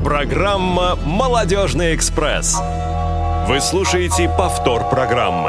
Программа «Молодежный экспресс». Вы слушаете повтор программы.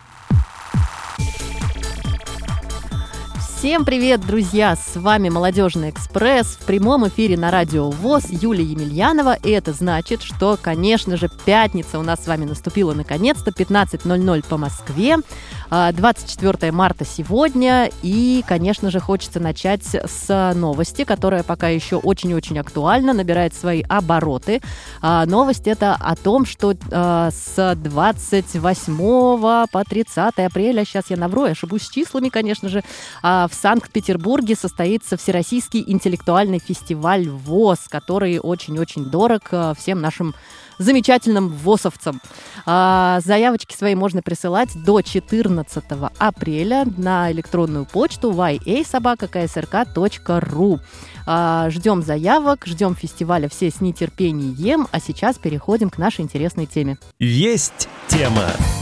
Всем привет, друзья! С вами «Молодежный экспресс» в прямом эфире на Радио ВОС Юлия Емельянова. И это значит, что, конечно же, пятница у нас с вами наступила наконец-то, 15:00 по Москве, 24 марта сегодня. И, конечно же, хочется начать с новости, которая пока еще очень-очень актуальна, набирает свои обороты. Новость это о том, что с 28 по 30 апреля, сейчас я навру, я ошибусь с числами, конечно же, в Санкт-Петербурге состоится Всероссийский интеллектуальный фестиваль ВОС, который очень-очень дорог всем нашим замечательным ВОСовцам. Заявочки свои можно присылать до 14 апреля на электронную почту ya@ksrk.ru. Ждем заявок, ждем фестиваля все с нетерпением, а сейчас переходим к нашей интересной теме. Есть тема.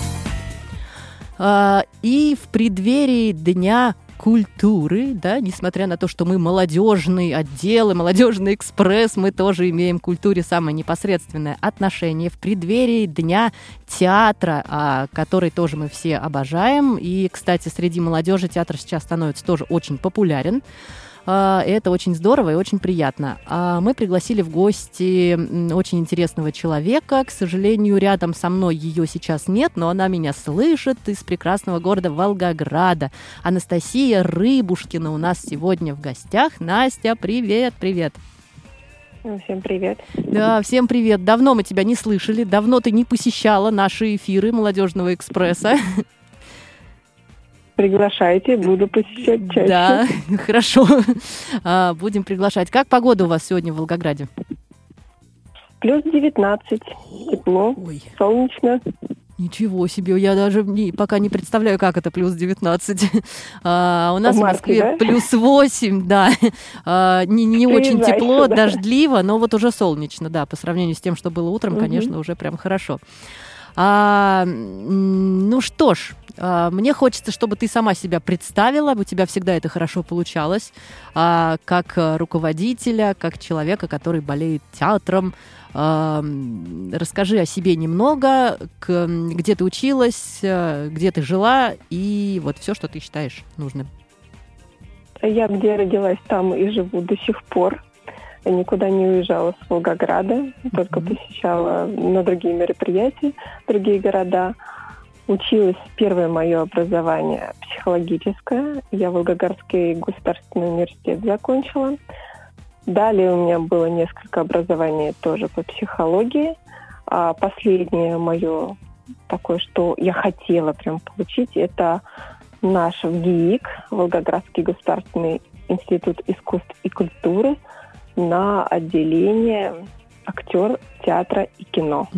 И в преддверии Дня культуры, да, несмотря на то, что мы молодежный отдел и молодежный экспресс, мы тоже имеем к культуре самое непосредственное отношение. В преддверии Дня театра, который тоже мы все обожаем, и, кстати, среди молодежи театр сейчас становится тоже очень популярен. Это очень здорово и очень приятно. Мы пригласили в гости очень интересного человека. К сожалению, рядом со мной ее сейчас нет, но она меня слышит из прекрасного города Волгограда. Анастасия Рыбушкина у нас сегодня в гостях. Настя, привет, привет. Всем привет. Да, всем привет. Давно мы тебя не слышали, давно ты не посещала наши эфиры «Молодежного экспресса». Приглашайте, буду посещать чаще. Да, хорошо. Будем приглашать. Как погода у вас сегодня в Волгограде? Плюс 19. Тепло, солнечно. Ничего себе, я даже пока не представляю, как это плюс 19. У нас в Москве, да? Плюс 8, да. Не очень тепло, сюда. Дождливо, но вот уже солнечно, да, по сравнению с тем, что было утром, конечно, уже прям хорошо. Ну что ж, мне хочется, чтобы ты сама себя представила, у тебя всегда это хорошо получалось, как руководителя, как человека, который болеет театром. Расскажи о себе немного, где ты училась, где ты жила, и вот все, что ты считаешь нужным. Я где родилась, там и живу до сих пор. Я никуда не уезжала с Волгограда, только посещала на другие мероприятия, другие города. Училась, первое мое образование психологическое. Я Волгоградский государственный университет закончила. Далее у меня было несколько образований тоже по психологии. А последнее мое такое, что я хотела прям получить, это наш ВГИИК, Волгоградский государственный институт искусств и культуры, на отделение актер театра и кино.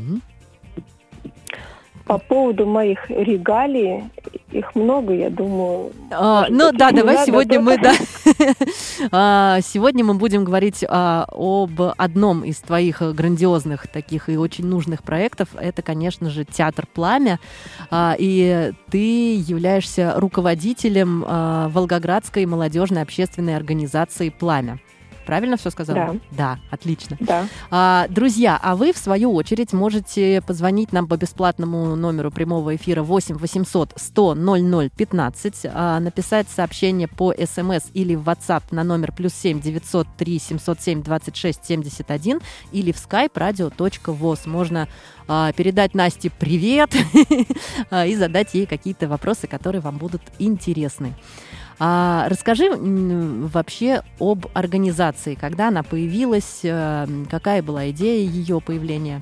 По поводу моих регалий, их много, я думаю. Давай сегодня мы, сегодня мы будем говорить об одном из твоих грандиозных таких и очень нужных проектов. Это, конечно же, театр «Пламя». И ты являешься руководителем Волгоградской молодежной общественной организации «Пламя». Правильно все сказала? Да. Да, отлично. Да. Друзья, а вы, в свою очередь, можете позвонить нам по бесплатному номеру прямого эфира 8 800 100 00 15, написать сообщение по СМС или в WhatsApp на номер +7 903 707 26 71 или в skype radio.voz. Можно передать Насте привет и задать ей какие-то вопросы, которые вам будут интересны. Расскажи вообще об организации, когда она появилась, какая была идея ее появления?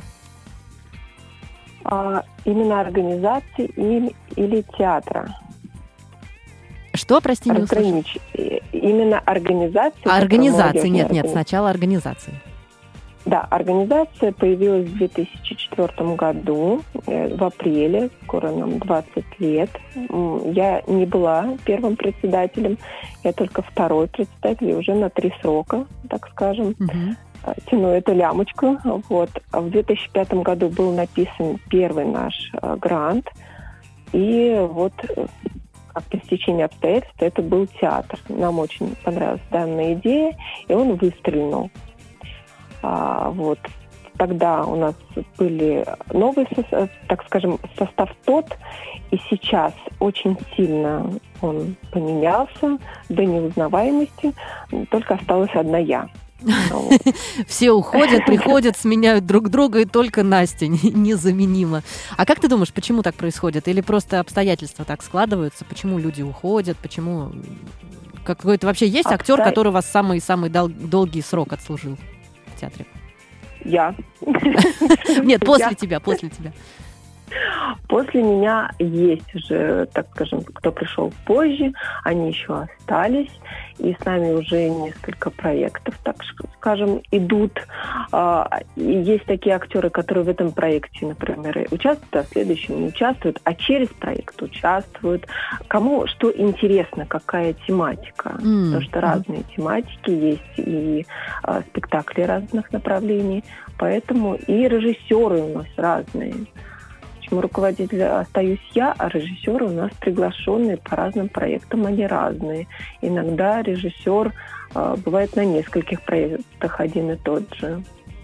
Именно организации или театра? Что, прости, не услышала? Именно организации. Организации, нет, сначала организации. Да, организация появилась в 2004 году, в апреле, скоро нам 20 лет. Я не была первым председателем, я только второй председатель, и уже на 3 срока, так скажем. Тяну эту лямочку. Вот. В 2005 году был написан первый наш грант, и вот как по стечению обстоятельств это был театр. Нам очень понравилась данная идея, и он выстрелил. Вот. Тогда у нас были новый, так скажем, состав тот, и сейчас очень сильно он поменялся до неузнаваемости, только осталась одна я. Все уходят, приходят, сменяют друг друга, и только Настя незаменима. А как ты думаешь, почему так происходит? Или просто обстоятельства так складываются? Почему люди уходят? Почему... Какой-то вообще есть актер, который у вас самый-самый долгий срок отслужил в театре? Я. Нет, после тебя. После меня есть уже, так скажем, кто пришел позже, они еще остались, и с нами уже несколько проектов, так скажем, идут. Есть такие актеры, которые в этом проекте, например, участвуют, а в следующем не участвуют, а через проект участвуют. Кому что интересно, какая тематика. Потому что разные тематики есть, и спектакли разных направлений, поэтому и режиссеры у нас разные. Почему руководитель остаюсь я, а режиссеры у нас приглашенные по разным проектам, они разные. Иногда режиссер бывает на нескольких проектах один и тот же.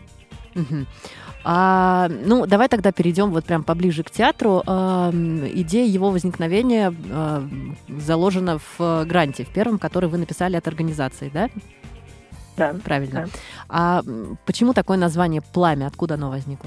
Давай тогда перейдем вот прям поближе к театру. Идея его возникновения заложена в гранте, в первом, который вы написали от организации, да? Да. Правильно. Да. А почему такое название «Пламя»? Откуда оно возникло?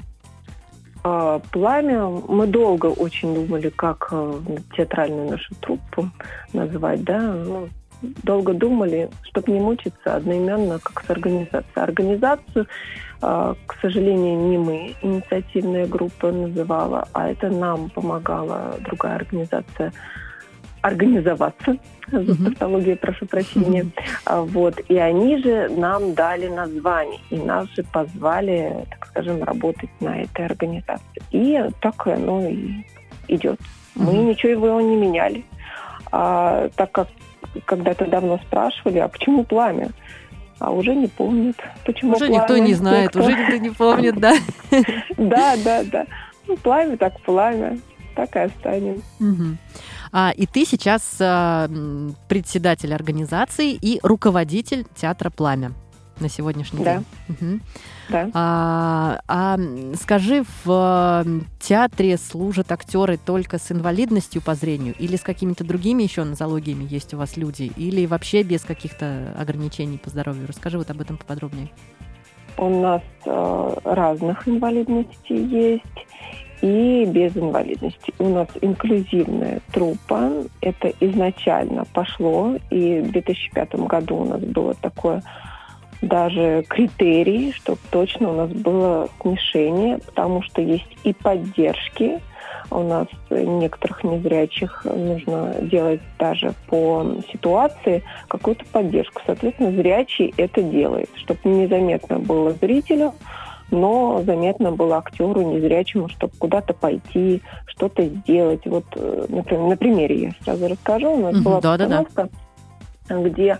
«Пламя». Мы долго очень думали, как театральную нашу труппу назвать, да. Долго думали, чтобы не мучиться одноименно, как с организацией. Организацию, к сожалению, не мы, инициативная группа называла, а это нам помогала другая организация организоваться. За тавтологию, прошу прощения. Вот. И они же нам дали название, и нас же позвали, так скажем, работать на этой организации. И так оно и идет. Мы ничего его не меняли. Так как когда-то давно спрашивали, а почему «Пламя»? А уже не помнят, почему уже «Пламя». Никто не знает, уже никто не помнит, да? Да. «Пламя» так «Пламя». Так и останем. И ты сейчас председатель организации и руководитель театра «Пламя» на сегодняшний день. Да. Скажи, в театре служат актеры только с инвалидностью по зрению или с какими-то другими еще нозологиями есть у вас люди? Или вообще без каких-то ограничений по здоровью? Расскажи вот об этом поподробнее. У нас разных инвалидностей есть. И без инвалидности. У нас инклюзивная труппа. Это изначально пошло. И в 2005 году у нас было такое даже критерий, чтобы точно у нас было смешение, потому что есть и поддержки. У нас некоторых незрячих нужно делать даже по ситуации какую-то поддержку. Соответственно, зрячий это делает, чтобы незаметно было зрителю, но заметно было актеру незрячему, чтобы куда-то пойти, что-то сделать. Вот, например, на примере я сразу расскажу. У нас была постановка, где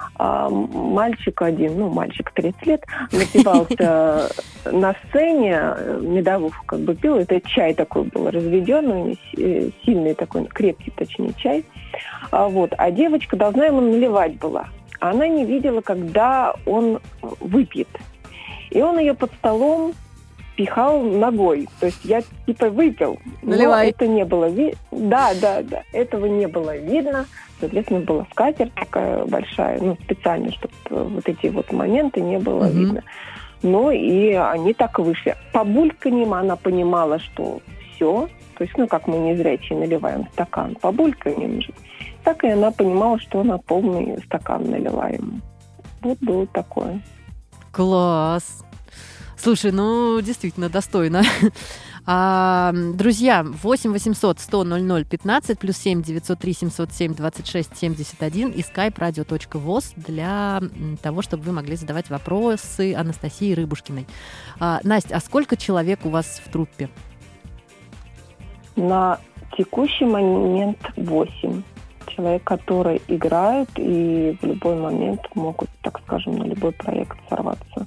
мальчик один, мальчик 30 лет, напивался на сцене, медовуху пил. Это чай такой был разведенный, сильный такой, крепкий, точнее, чай. А девочка должна ему наливать была. Она не видела, когда он выпьет. И он ее под столом пихал ногой. То есть я выпил. Наливай. Но это не было видно. Да. Этого не было видно. Соответственно, была скатерть такая большая, специально, чтобы вот эти вот моменты не было видно. Ну и они так и вышли. По бульканьям она понимала, что все. То есть, как мы незрячие наливаем стакан, по бульканьям же. Так и она понимала, что она полный стакан наливаем. Вот было такое. Класс! Слушай, действительно достойно. Друзья, 8 800 100 00 15 плюс 7 903 707 26 71 и skype radio.voz для того, чтобы вы могли задавать вопросы Анастасии Рыбушкиной. Настя, а сколько человек у вас в труппе? На текущий момент 8 человек, которые играют и в любой момент могут, так скажем, на любой проект сорваться.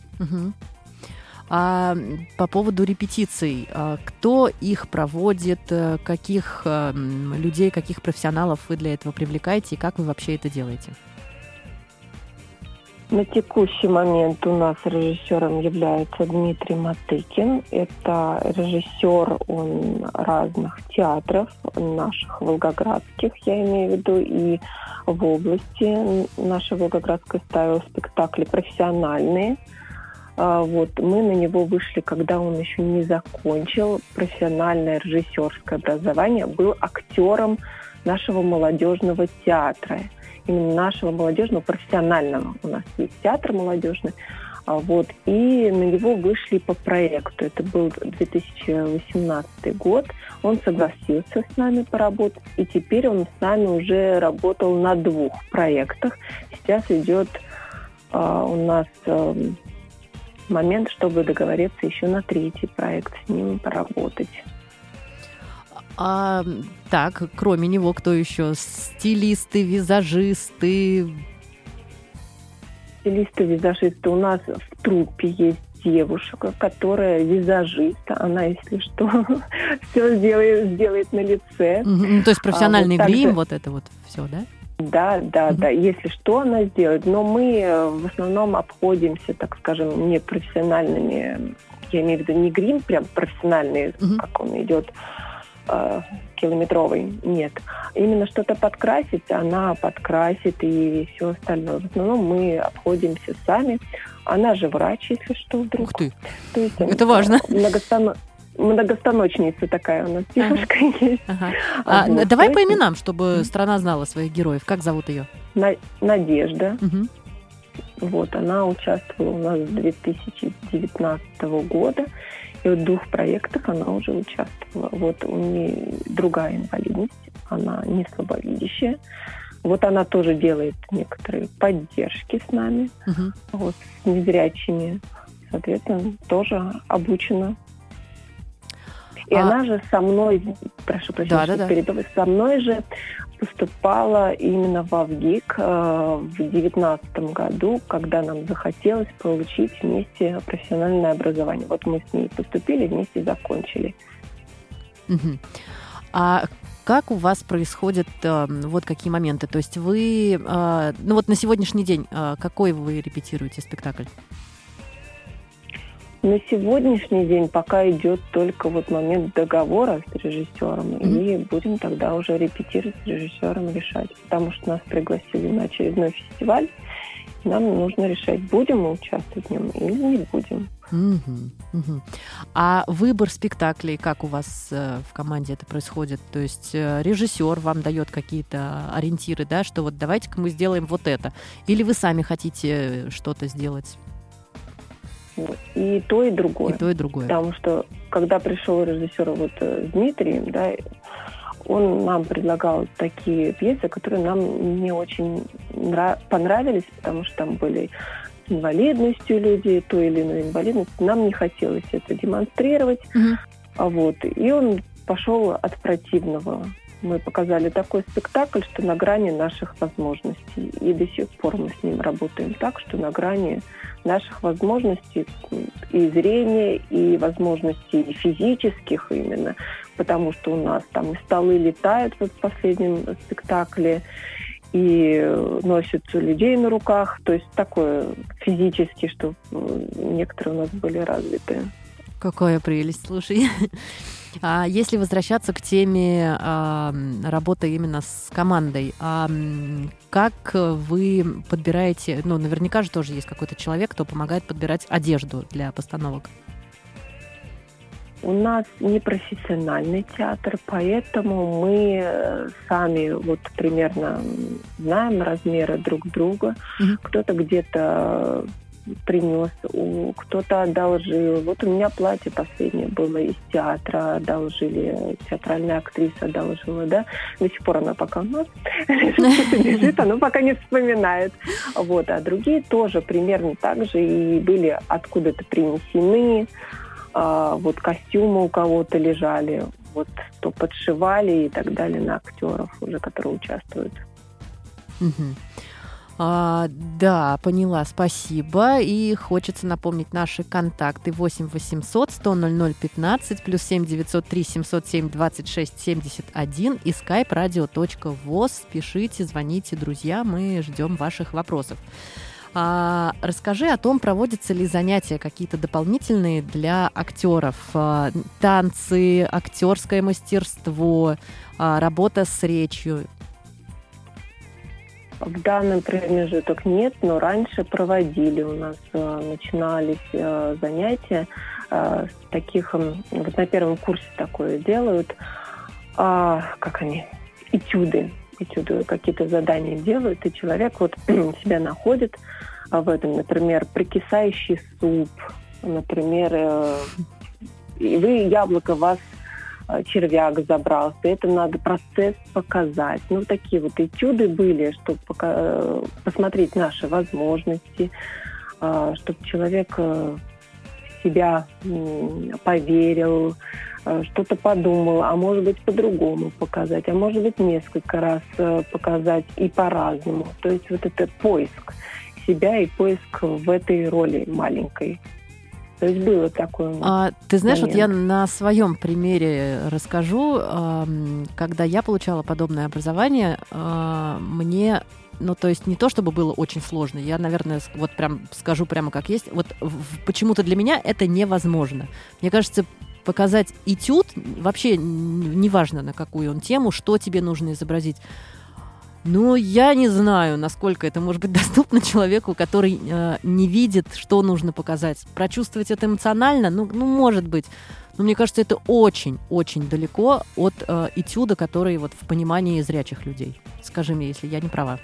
А по поводу репетиций, кто их проводит, каких людей, каких профессионалов вы для этого привлекаете и как вы вообще это делаете? На текущий момент у нас режиссером является Дмитрий Матыкин. Это режиссер он разных театров, наших волгоградских, я имею в виду, и в области нашей волгоградской ставил спектакли профессиональные. Вот, мы на него вышли, когда он еще не закончил профессиональное режиссерское образование, был актером нашего молодежного театра. Именно нашего молодежного, профессионального. У нас есть театр молодежный. Вот, и на него вышли по проекту. Это был 2018 год. Он согласился с нами поработать. И теперь он с нами уже работал на 2 проектах. Сейчас идет у нас момент, чтобы договориться еще на 3-й проект с ним поработать. Так, кроме него, кто еще? Стилисты, визажисты? Стилисты, визажисты. У нас в труппе есть девушка, которая визажист. Она, если что, все сделает на лице. То есть профессиональный грим, вот это вот все, да? Да. Если что, она сделает. Но мы в основном обходимся, так скажем, не профессиональными. Я имею в виду не грим, прям профессиональный, как он идет, километровый. Нет. Именно что-то подкрасить, она подкрасит и все остальное. В основном мы обходимся сами. Она же врач, если что, вдруг. Ух ты! То есть, это важно. Многостаночница такая у нас девушка есть. Вот. Давай по именам, чтобы страна знала своих героев. Как зовут ее? Надежда. Вот, она участвовала у нас с 2019 года. И в 2 проектах она уже участвовала. Вот у нее другая инвалидность, она не слабовидящая. Вот она тоже делает некоторые поддержки с нами, вот, с незрячими. Соответственно, тоже обучена. И она же со мной, прошу прощения, перебиваю, со мной же поступала именно в АВГИК в 2019 году, когда нам захотелось получить вместе профессиональное образование. Вот мы с ней поступили, вместе закончили. А как у вас происходят вот какие моменты? То есть вы, ну вот на сегодняшний день, какой вы репетируете спектакль? На сегодняшний день пока идет только вот момент договора с режиссером, и будем тогда уже репетировать с режиссером, решать. Потому что нас пригласили на очередной фестиваль, и нам нужно решать, будем мы участвовать в нем или не будем. А выбор спектаклей, как у вас в команде это происходит? То есть режиссер вам дает какие-то ориентиры, да, что вот давайте-ка мы сделаем вот это. Или вы сами хотите что-то сделать? И то, и другое. И то, и другое. Потому что, когда пришел режиссер вот с Дмитрием, да, он нам предлагал такие пьесы, которые нам не очень понравились, потому что там были с инвалидностью люди, той или иной инвалидностью. Нам не хотелось это демонстрировать. Вот. И он пошел от противного. Мы показали такой спектакль, что на грани наших возможностей. И до сих пор мы с ним работаем так, что на грани наших возможностей и зрения, и возможностей физических именно. Потому что у нас там и столы летают вот в последнем спектакле, и носят людей на руках. То есть такое физически, что некоторые у нас были развиты. Какая прелесть, слушай. А если возвращаться к теме работы именно с командой, как вы подбираете, ну, наверняка же тоже есть какой-то человек, кто помогает подбирать одежду для постановок? У нас не профессиональный театр, поэтому мы сами вот примерно знаем размеры друг друга. Кто-то где-то принес, кто-то одолжил. Вот у меня платье последнее было из театра, одолжили, театральная актриса одолжила, да. До сих пор она пока у нас лежит, она пока не вспоминает. Вот, а другие тоже примерно так же и были откуда-то принесены. Вот костюмы у кого-то лежали, вот то подшивали и так далее на актеров уже, которые участвуют. Да, поняла, спасибо. И хочется напомнить наши контакты: 8 800 100 00 15, плюс 7 903 707 26 71 и skype radio.voz. Пишите, звоните, друзья, мы ждем ваших вопросов. Расскажи о том, проводятся ли занятия какие-то дополнительные для актеров. Танцы, актерское мастерство, работа с речью. В данный промежуток нет, но раньше проводили. У нас начинались занятия с таких... Вот на первом курсе такое делают. Этюды какие-то задания делают, и человек вот себя находит в этом, например, прикисающий суп, например, яблоко вас червяк забрался, это надо процесс показать. Ну, такие вот этюды были, чтобы посмотреть наши возможности, чтобы человек в себя поверил, что-то подумал, а может быть по-другому показать, а может быть несколько раз показать и по-разному. То есть вот это поиск себя и поиск в этой роли маленькой. То есть было такое. Ты знаешь, вот я на своем примере расскажу. Когда я получала подобное образование, мне... Ну, то есть не то, чтобы было очень сложно. Я, наверное, вот прям скажу прямо как есть. Вот почему-то для меня это невозможно. Мне кажется, показать этюд, вообще неважно, на какую он тему, что тебе нужно изобразить. Ну, я не знаю, насколько это может быть доступно человеку, который не видит, что нужно показать. Прочувствовать это эмоционально, ну, может быть. Но мне кажется, это очень-очень далеко от этюда, который вот в понимании зрячих людей. Скажи мне, если я не права.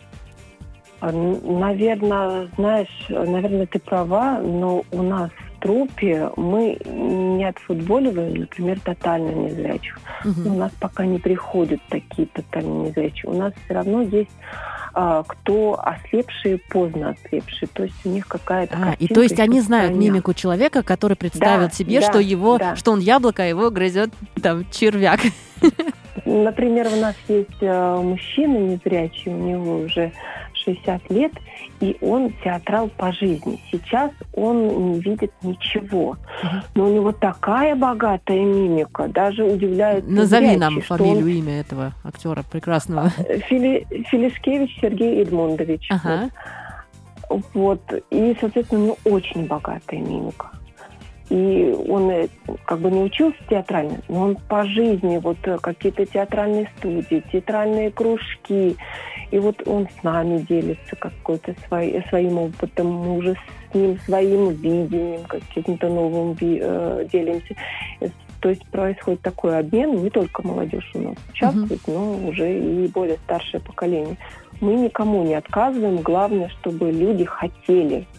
Наверное, ты права, но у нас в труппе мы не отфутболиваем, например, тотально незрячих. У нас пока не приходят такие тотально незрячие. У нас все равно есть кто ослепшие, поздно ослепшие. То есть у них какая-то картинка. И то есть они знают мимику человека, который представил себе, что он яблоко, а его грызет там червяк. Например, у нас есть мужчина незрячий, у него уже 60 лет, и он театрал по жизни. Сейчас он не видит ничего. Но у него такая богатая мимика, даже удивляет. Назови нам фамилию, имя этого актера прекрасного. Филишкевич Сергей Эдмундович. Вот. И, соответственно, у него очень богатая мимика. И он как бы не учился театрально, но он по жизни, вот какие-то театральные студии, театральные кружки, и вот он с нами делится какой-то своим опытом, мы уже с ним своим видением, каким-то новым делимся. То есть происходит такой обмен, не только молодежь у нас участвует, но уже и более старшее поколение. Мы никому не отказываем, главное, чтобы люди хотели.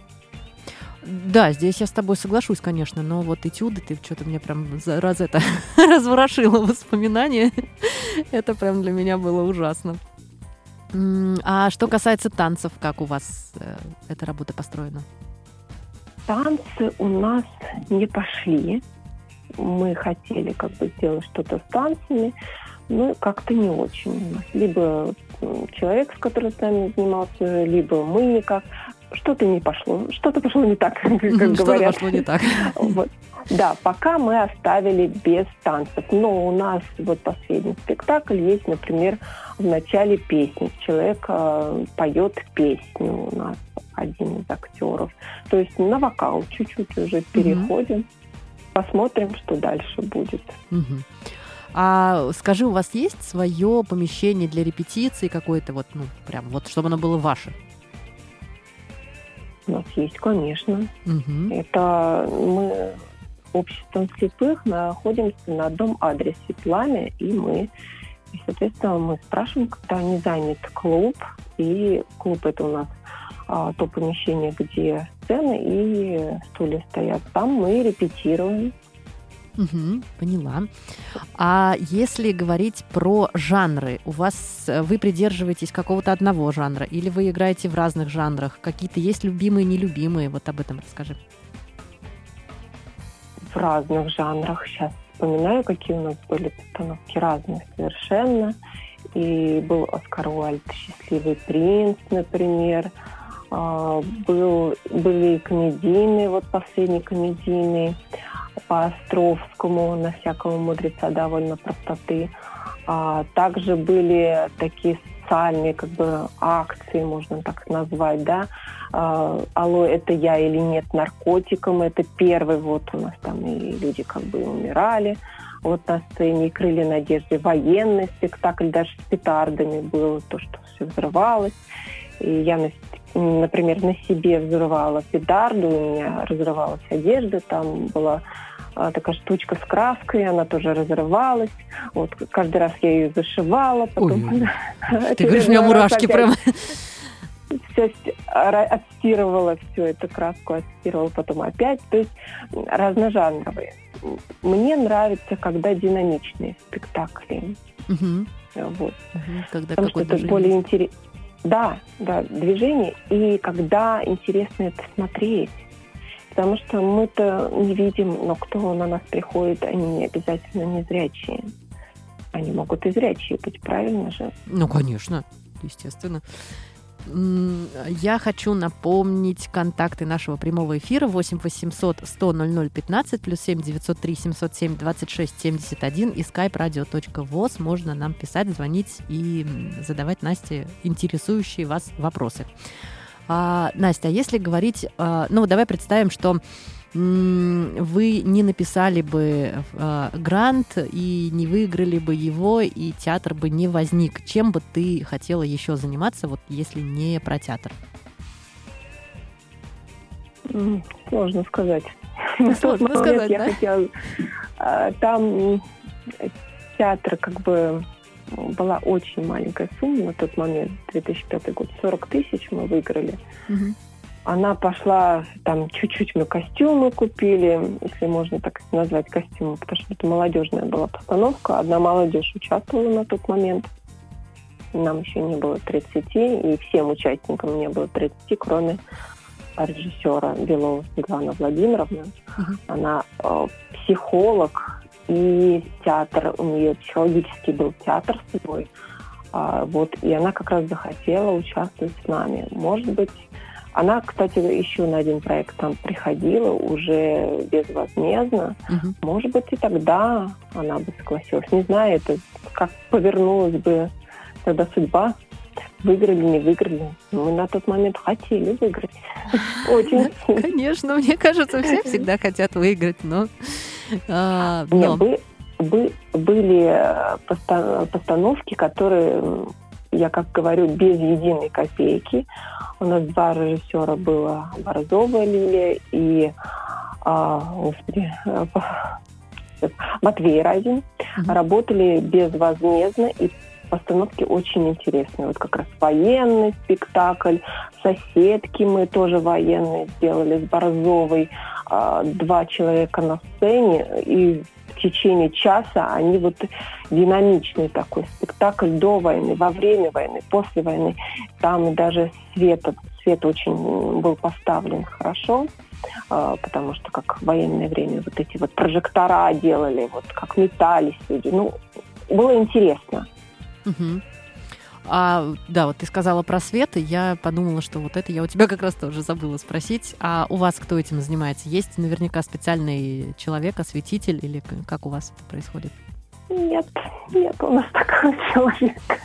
Да, здесь я с тобой соглашусь, конечно, но вот этюды, ты что-то мне прям разворошила воспоминания. Это прям для меня было ужасно. А что касается танцев, как у вас эта работа построена? Танцы у нас не пошли. Мы хотели как бы сделать что-то с танцами, но как-то не очень у нас. Либо человек, с которым с нами занимался, либо мы никак. Что-то не пошло, что-то пошло не так, как говорят. Что-то пошло не так. Вот. Да, пока мы оставили без танцев. Но у нас вот последний спектакль есть, например, в начале песни. Человек поет песню у нас, один из актеров. То есть на вокал чуть-чуть уже переходим. Посмотрим, что дальше будет. А скажи, у вас есть свое помещение для репетиции какое-то, вот, ну, прям, вот, чтобы оно было ваше? У нас есть, конечно. Это мы обществом слепых находимся на одном адресе Пламя, и соответственно, мы спрашиваем, когда не занят клуб, и клуб это у нас то помещение, где сцена и стулья стоят. Там мы репетируем. Поняла. А если говорить про жанры, вы придерживаетесь какого-то одного жанра, или вы играете в разных жанрах? Какие-то есть любимые, нелюбимые? Вот об этом расскажи. В разных жанрах. Сейчас вспоминаю, какие у нас были постановки разные совершенно. И был Оскар Уальд «Счастливый принц», например. Были комедийные, вот последний комедийный, по Островскому, на всякого мудреца довольно простоты. Также были такие социальные как бы акции, можно так назвать, да. Алло, это я или нет наркотиком, это первый, вот у нас там и люди как бы умирали. Вот на сцене и «Крылья надежды», военный спектакль, даже с петардами было, то, что все взрывалось. И я, например, на себе взрывала петарду, у меня разрывалась одежда, там была такая штучка с краской, она тоже разрывалась. Вот каждый раз я ее зашивала, потом... Ты говоришь, у меня мурашки прям... Все отстирывала, всю эту краску отстирывала, потом опять. То есть разножанровые. Мне нравится, когда динамичные спектакли. Вот. Когда потому что это более интересно. Да, движение. И когда интересно это смотреть. Потому что мы-то не видим, но кто на нас приходит, они не обязательно незрячие. Они могут и зрячие быть, правильно же? Ну, конечно, естественно. Я хочу напомнить контакты нашего прямого эфира 8 800 100 00 15 плюс 7 903 707 26 71 и skype-radio.voz. Можно нам писать, звонить и задавать Насте интересующие вас вопросы. Настя, если говорить... давай представим, что вы не написали бы грант и не выиграли бы его, и театр бы не возник. Чем бы ты хотела еще заниматься, вот если не про театр? Сложно сказать. Сложно сказать, я хотела... Там театр как бы... Была очень маленькая сумма на тот момент, 2005 год, 40 тысяч мы выиграли. Она пошла, там чуть-чуть мы костюмы купили, если можно так назвать костюмы, потому что это молодежная была постановка. Одна молодежь участвовала на тот момент. Нам еще не было 30, и всем участникам не было 30, кроме режиссера Белова Светланы Владимировны. Она психолог, и театр, у нее психологический был театр свой. И она как раз захотела участвовать с нами. Может быть, она, кстати, еще на один проект там приходила уже безвозмездно. Может быть, и тогда она бы согласилась. Не знаю, это как повернулась бы тогда судьба. Выиграли, не выиграли. Мы на тот момент хотели выиграть. Очень. Конечно, мне кажется, все всегда хотят выиграть, но... Были постановки, которые, я как говорю, без единой копейки. У нас 2 режиссера было, Борзова Лилия и Матвей Разин. Работали безвозмездно, и постановки очень интересные. Вот как раз военный спектакль, «Соседки» мы тоже военные сделали с Борзовой. 2 человека на сцене, и в течение часа они вот динамичный такой спектакль до войны, во время войны, после войны. Там даже свет очень был поставлен хорошо, потому что как в военное время вот эти вот прожектора делали, вот как метались люди. Было интересно. Вот ты сказала про свет, и я подумала, что вот это я у тебя как раз тоже забыла спросить. А у вас кто этим занимается? Есть наверняка специальный человек, осветитель, или как у вас это происходит? Нет у нас такого человека.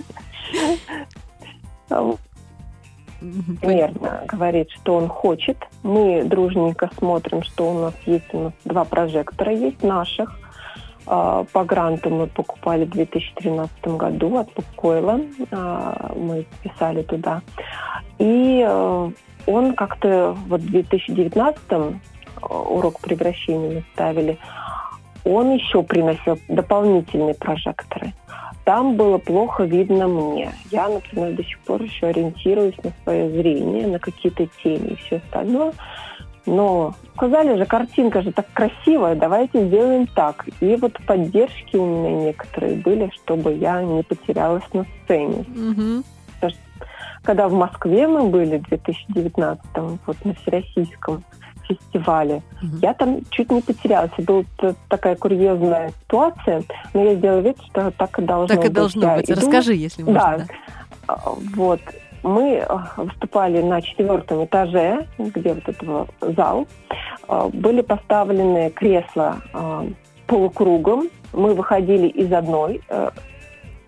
Примерно говорит, что он хочет. Мы дружненько смотрим, что у нас 2 прожектора есть наших. По гранту мы покупали в 2013 году от Лукойла. Мы писали туда. И он как-то в 2019-м урок превращения мы ставили. Он еще приносил дополнительные прожекторы. Там было плохо видно мне. Я, например, до сих пор еще ориентируюсь на свое зрение, на какие-то тени и все остальное. Но сказали же, картинка же так красивая, давайте сделаем так. И вот поддержки у меня некоторые были, чтобы я не потерялась на сцене. Потому что, когда в Москве мы были в 2019-м, вот на Всероссийском фестивале, я там чуть не потерялась. Была такая курьезная ситуация, но я сделала вид, что так и должно быть. Так и должно быть. Расскажи, если можно. Да. Вот. Мы выступали на 4-м этаже, где вот этого зал. Были поставлены кресла полукругом. Мы выходили из одной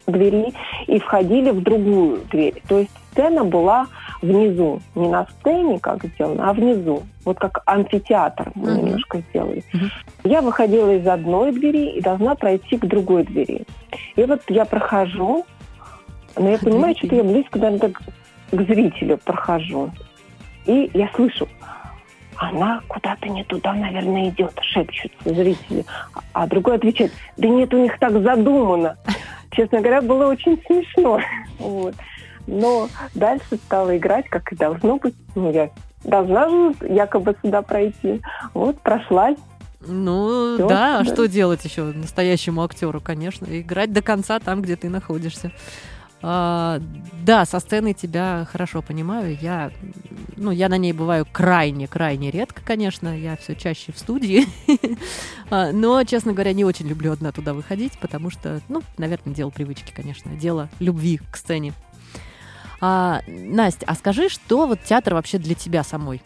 двери и входили в другую дверь. То есть сцена была внизу. Не на сцене, как сделано, а внизу. Вот как амфитеатр мы немножко сделали. Я выходила из одной двери и должна пройти к другой двери. И вот я прохожу, но я понимаю, что я близко, наверное, к зрителю прохожу. И я слышу, она куда-то не туда, наверное, идет, шепчутся зрители. А другой отвечает, да нет, у них так задумано. Честно говоря, было очень смешно. Вот. Но дальше стала играть, как и должно быть. Я должна же якобы сюда пройти. Вот, прошлась. Ну, всё, да, а что делать еще настоящему актеру, конечно? Играть до конца там, где ты находишься. Да, со сцены тебя хорошо понимаю. Я на ней бываю крайне редко, конечно. Я все чаще в студии. Но, честно говоря, не очень люблю одна туда выходить, потому что, наверное, дело привычки, конечно. Дело любви к сцене. Настя, а скажи, что вот театр вообще для тебя самой?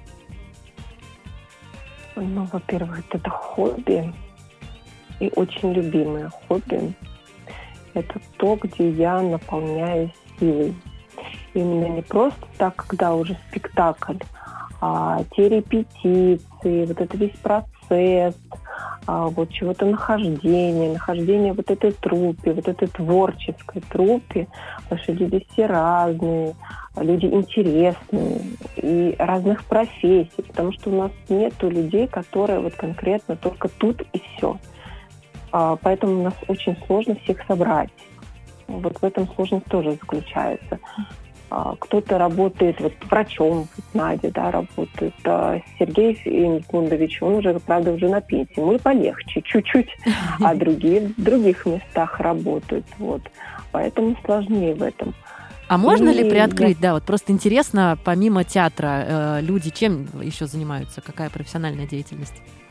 Во-первых, это хобби. И очень любимое хобби. Это то, где я наполняюсь силой. Именно не просто так, когда уже спектакль, а те репетиции, вот это весь процесс, вот чего-то нахождение вот этой труппе, вот этой творческой труппе, потому что люди все разные, люди интересные и разных профессий, потому что у нас нету людей, которые вот конкретно только тут и все. Поэтому у нас очень сложно всех собрать. Вот в этом сложность тоже заключается. Кто-то работает врачом, Надя, работает. Сергей Эмигундович, он уже, правда, уже на пенсии. Мы полегче чуть-чуть, а другие в других местах работают. Вот. Поэтому сложнее в этом. А можно ли приоткрыть, просто интересно, помимо театра, люди чем еще занимаются? Какая профессиональная деятельность?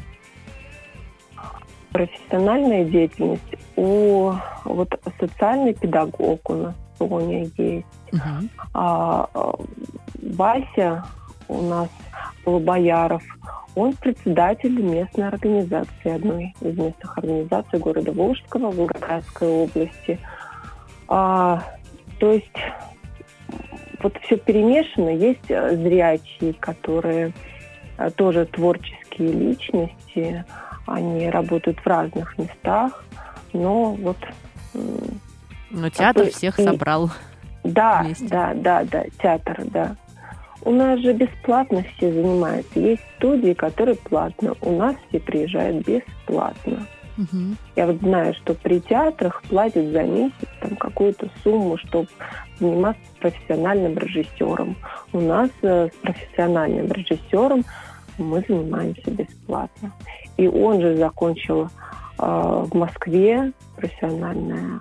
Профессиональная деятельность социальный педагог у нас Соня есть. Вася у нас Лобояров, он председатель местной организации, одной из местных организаций города Волжского, Волгоградской области. То есть все перемешано. Есть зрячие, которые тоже творческие личности. Они работают в разных местах, но театр всех собрал. Да, театр, да. У нас же бесплатно все занимаются. Есть студии, которые платно. У нас все приезжают бесплатно. Я знаю, что при театрах платят за месяц какую-то сумму, чтобы заниматься с профессиональным режиссером. У нас с профессиональным режиссером мы занимаемся бесплатно. И он же закончил в Москве профессиональное,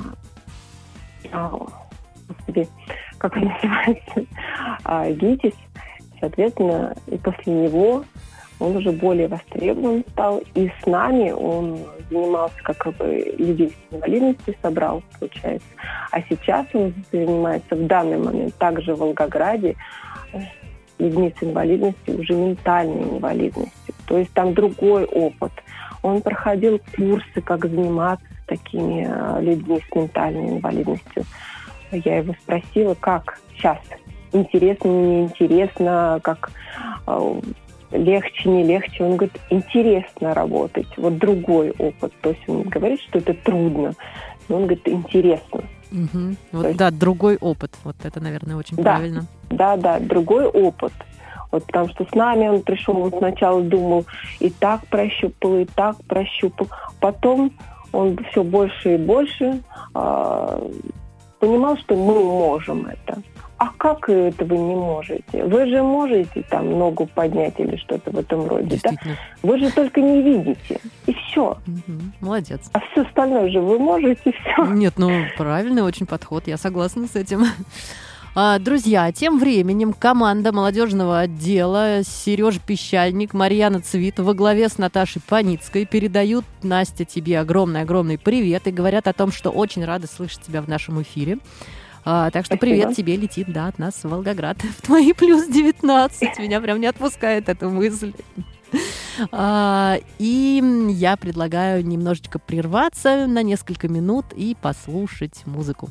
как он называется, ГИТИС. Соответственно, и после него он уже более востребован стал. И с нами он занимался, людей с инвалидностью собрал, получается. А сейчас он занимается в данный момент также в Волгограде людьми с инвалидностью, уже ментальной инвалидностью. То есть там другой опыт. Он проходил курсы, как заниматься с такими людьми с ментальной инвалидностью. Я его спросила, как сейчас? Интересно, неинтересно, как легче, не легче. Он говорит, интересно работать. Вот другой опыт. То есть он не говорит, что это трудно, но он говорит, интересно. Другой опыт. Вот это, наверное, очень правильно. Да, другой опыт. Потому что с нами он пришел, он сначала думал, и так прощупал. Потом он все больше и больше понимал, что мы можем это. А как это вы не можете? Вы же можете ногу поднять или что-то в этом роде. Да? Вы же только не видите. И все. Молодец. А все остальное же вы можете, все. Нет, правильный очень подход, я согласна с этим. Друзья, тем временем команда молодежного отдела Сережа Пищальник, Марьяна Цвит во главе с Наташей Паницкой передают, Настя, тебе огромный привет и говорят о том, что очень рады слышать тебя в нашем эфире. Так что привет тебе летит, от нас в Волгоград. В твои +19. Меня прям не отпускает эта мысль. И я предлагаю немножечко прерваться на несколько минут и послушать музыку.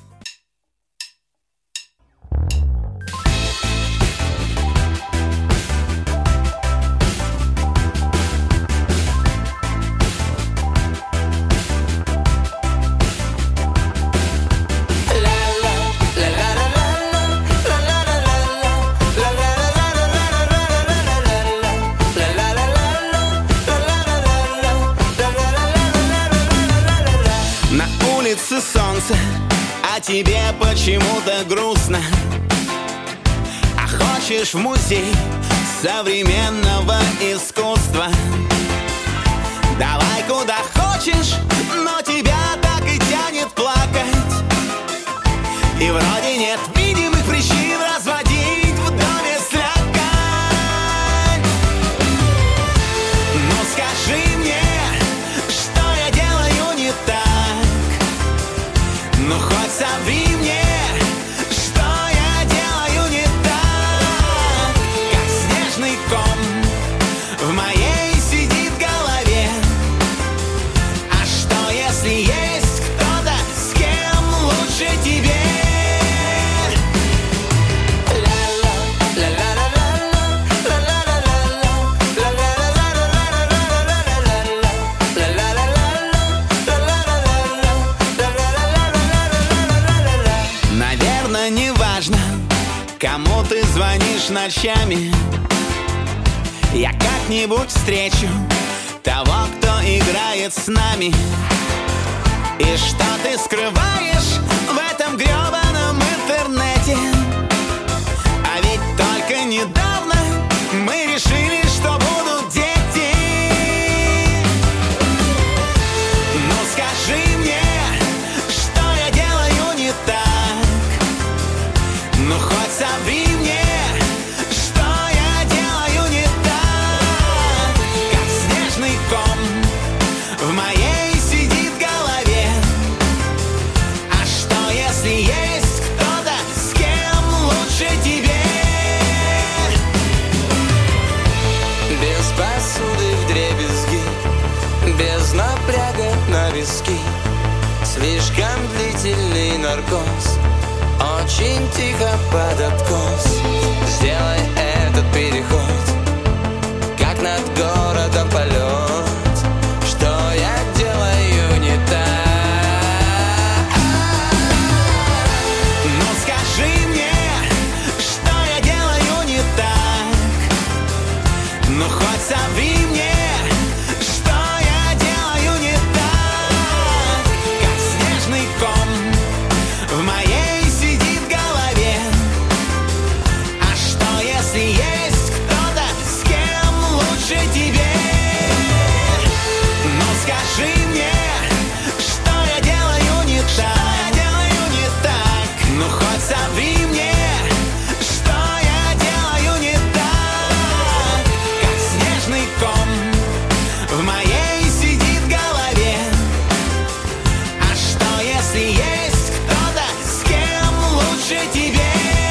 Солнце, а тебе почему-то грустно. А хочешь в музей современного искусства? Давай куда хочешь, но тебя так и тянет плакать. И вроде нет видимых причин разводить в доме слякоть. Ну скажи мне, что я делаю не так? Ну хоть соври мне, что я делаю не так. Как снежный ком в моей сидит голове. А что если есть кто-то, с кем лучше тебе? Кому ты звонишь ночами? Я как-нибудь встречу того, кто играет с нами. И что ты скрываешь в этом гребаном интернете? А ведь только недавно мы решили, что будут дети. Ну скажи мне, что я делаю не так? Ну хоть соври мне, что я делаю не так. Как снежный ком в моей сидит голове. А что если есть кто-то, с кем лучше тебе? Без посуды вдребезги, без напряга на виски, слишком длительный наркоз, очень тихо под откос. Сделай этот переход, как над городом полет. Что я делаю не так? Ну скажи мне, что я делаю не так? Ну хоть соври мне, что я делаю не так. Как снежный ком в моей сидит голове. А что если есть кто-то, с кем лучше тебе? Ну скажи мне, что я делаю не так? Ну хоть соври мне, что я делаю не так. Как снежный ком в моей сидит голове. А что если есть кто-то, с кем лучше тебе?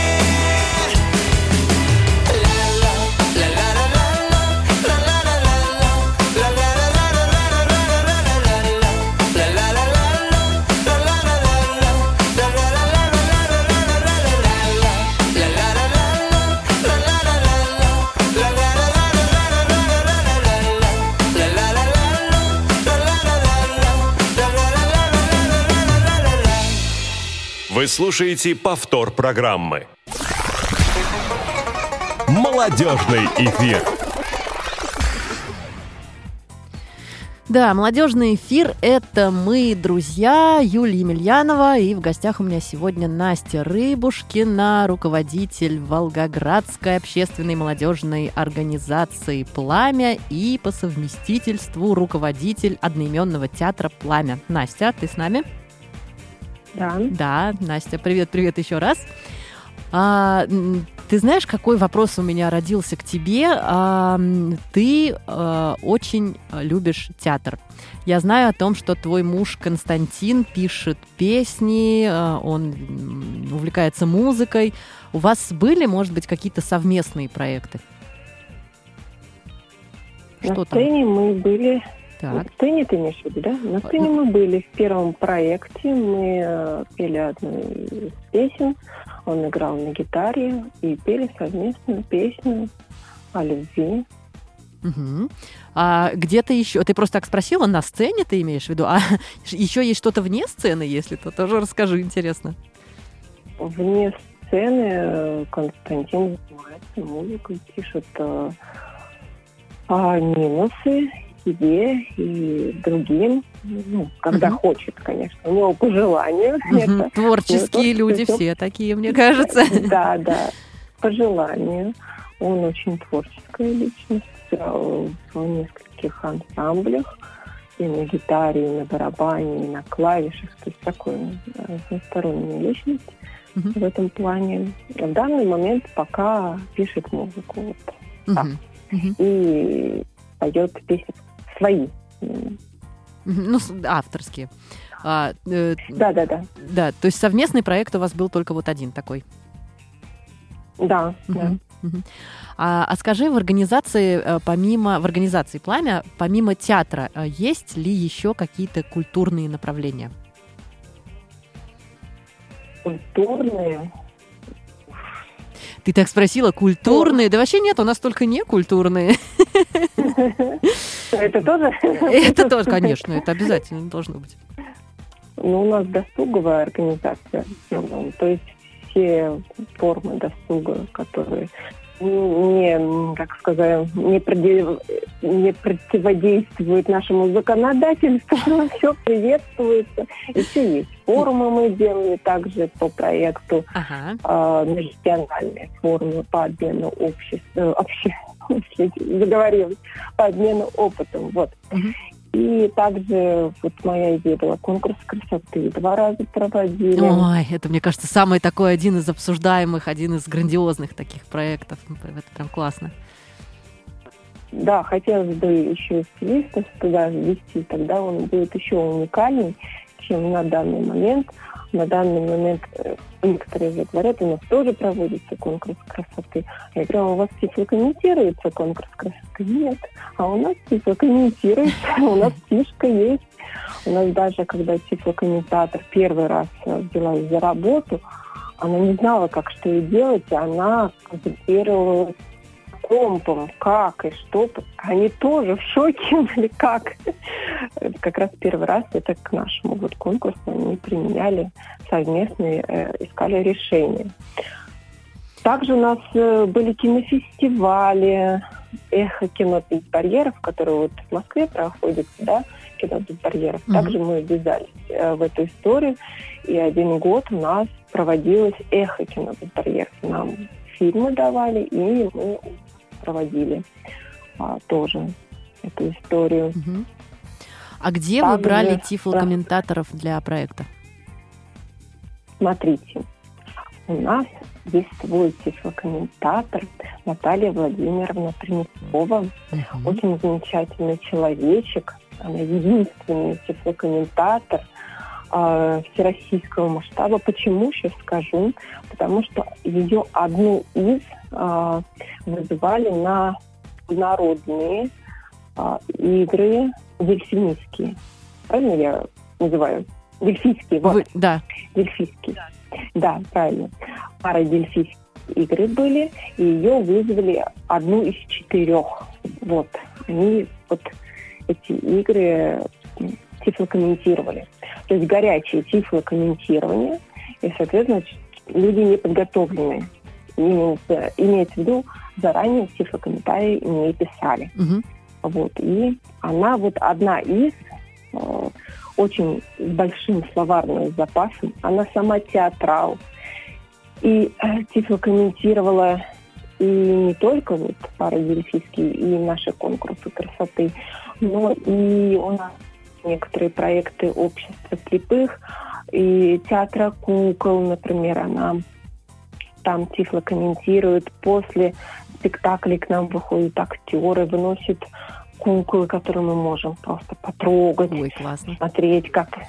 Вы слушаете повтор программы. Молодежный эфир. Да, молодежный эфир – это мы, друзья, Юлия Емельянова, и в гостях у меня сегодня Настя Рыбушкина, руководитель Волгоградской общественной молодежной организации «Пламя» и по совместительству руководитель одноименного театра «Пламя». Настя, ты с нами? Да. Да, Настя, привет еще раз. Ты знаешь, какой вопрос у меня родился к тебе? Ты очень любишь театр. Я знаю о том, что твой муж Константин пишет песни, он увлекается музыкой. У вас были, может быть, какие-то совместные проекты? На Что там? сцене мы были... На Так. сцене ты имеешь в виду, да? На сцене мы были в первом проекте. Мы пели одну из песен. Он играл на гитаре и пели совместную песню о любви. Мгм. А где-то еще... Ты просто так спросила, на сцене ты имеешь в виду? А еще есть что-то вне сцены, если то тоже расскажи, интересно. Вне сцены Константин занимается музыкой, пишет минусы себе и другим, когда Мгм. хочет, конечно. У него по желанию. Мгм. Это Творческие это люди всё- все такие, мне кажется. Да, да, по желанию. Он очень творческая личность, играл в нескольких ансамблях, и на гитаре, и на барабане, и на клавишах. То есть такой разносторонняя личность Мгм. в этом плане. В данный момент пока пишет музыку. Вот. Мгм. Мгм. И поет песни свои. Мгм. Ну, авторские. Да. Да, то есть совместный проект у вас был только вот один такой. Да. Мгм. Мгм. А скажи, в организации «Пламя», помимо театра, есть ли еще какие-то культурные направления? Культурные. Ты так спросила, культурные? Да вообще нет, у нас только не культурные. Это тоже? Это тоже, конечно, это обязательно должно быть. Ну, у нас досуговая организация. То есть все формы досуга, которые не противодействуют нашему законодательству, но все приветствуется. Еще есть форумы мы делали также по проекту, Ага. межрегиональные форумы по обмену заговорилась, по обмену опытом. Вот. Мгм. И также вот моя идея была конкурс красоты. 2 раза проводили. Ой, это, мне кажется, самый такой один из обсуждаемых, один из грандиозных таких проектов. Это прям классно. Да, хотелось бы еще и стилистов туда ввести, тогда он будет еще уникальней, чем на данный момент. На данный момент некоторые уже говорят, у нас тоже проводится конкурс красоты. Я говорю, у вас тифлокомментируется конкурс красоты? Нет. А у нас тифлокомментируется, у нас фишка есть. У нас даже, когда тифлокомментатор первый раз взялась за работу, она не знала, как что ей делать, и она концентрировалась компом, как и что. Они тоже в шоке были, как. Как раз первый раз это к нашему вот конкурсу они применяли совместные, искали решения. Также у нас были кинофестивали, эхо кино без барьеров, которые вот в Москве проходят, да, кино без барьеров. Мгм. Также мы ввязались в эту историю, и 1 год у нас проводилось эхо кино без барьеров. Нам фильмы давали, и мы проводили тоже эту историю. Мгм. А где Также, вы брали да. тифлокомментаторов для проекта? Смотрите, у нас есть свой тифлокомментатор Наталья Владимировна Примакова. Мгм. Очень замечательный человечек. Она единственный тифлокомментатор всероссийского масштаба. Почему, сейчас скажу. Потому что ее одну из вызывали на народные игры дельфинистские. Правильно я называю? Дельфийские, вот. Да. Дельфийские. Да, правильно. Парадельфийские игры были, и ее вызвали одну из 4. Вот. Они вот эти игры тифлокомментировали. То есть горячее тифлокомментирование, и, соответственно, люди неподготовленные. Имеется в виду, заранее тифлокомментарии не писали. Мгм. Вот. И она вот одна из очень с большим словарным запасом. Она сама театрал. И тифлокомментировала и не только вот парадельфийские и наши конкурсы красоты, но и у нас некоторые проекты общества слепых и театра кукол, например, она там тифлокомментирует. После спектаклей к нам выходят актеры, выносят куклы, которые мы можем просто потрогать, Ой, классно. смотреть, как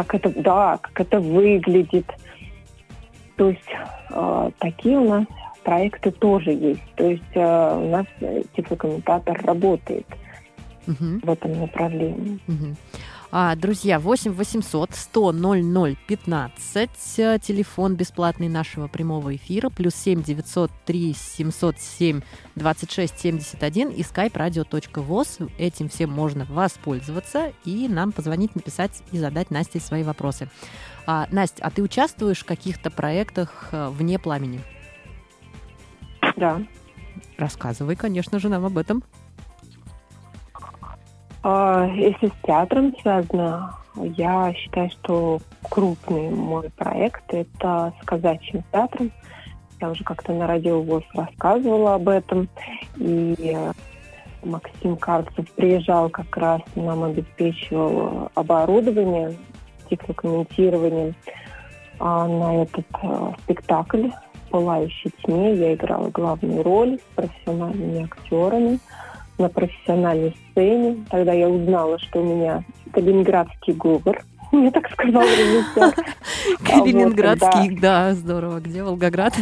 это выглядит. То есть такие у нас проекты тоже есть. То есть у нас тифлокомментатор работает. Мгм. в этом направлении. Мгм. Друзья, 8 800 100 00 15, телефон бесплатный нашего прямого эфира, плюс 7 903 707 26 71 и skype-radio.voz. Этим всем можно воспользоваться и нам позвонить, написать и задать Насте свои вопросы. Настя, а ты участвуешь в каких-то проектах вне пламени? Да. Рассказывай, конечно же, нам об этом. Если с театром связано, я считаю, что крупный мой проект – это с казачьим театром. Я уже как-то на радио ВОС рассказывала об этом. И Максим Карцев приезжал как раз, нам обеспечивал оборудование, технокомментирование на этот спектакль «В пылающей тьме». Я играла главную роль с профессиональными актерами на профессиональной сцене. Тогда я узнала, что у меня калининградский говор. Мне так сказал режиссер. Калининградский, да, здорово. Где Волгоград?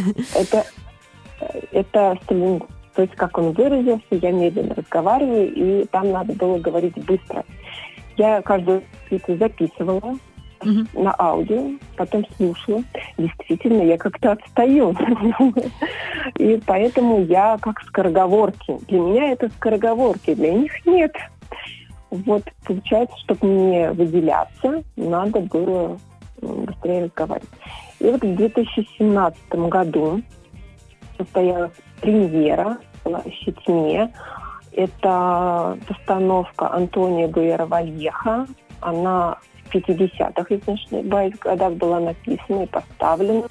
Это то есть, как он выразился, я медленно разговариваю, и там надо было говорить быстро. Я каждую реплику записывала на аудио, потом слушала. Действительно, я как-то отстаю. И поэтому я как скороговорки. Для меня это скороговорки, для них нет. Вот, получается, чтобы не выделяться, надо было быстрее разговаривать. И вот в 2017 году состоялась премьера в «Пылающей тьме». Это постановка Антонио Гуэра-Вальеха. Она в 50-х, если не ошибаюсь, годах была написана и поставлена.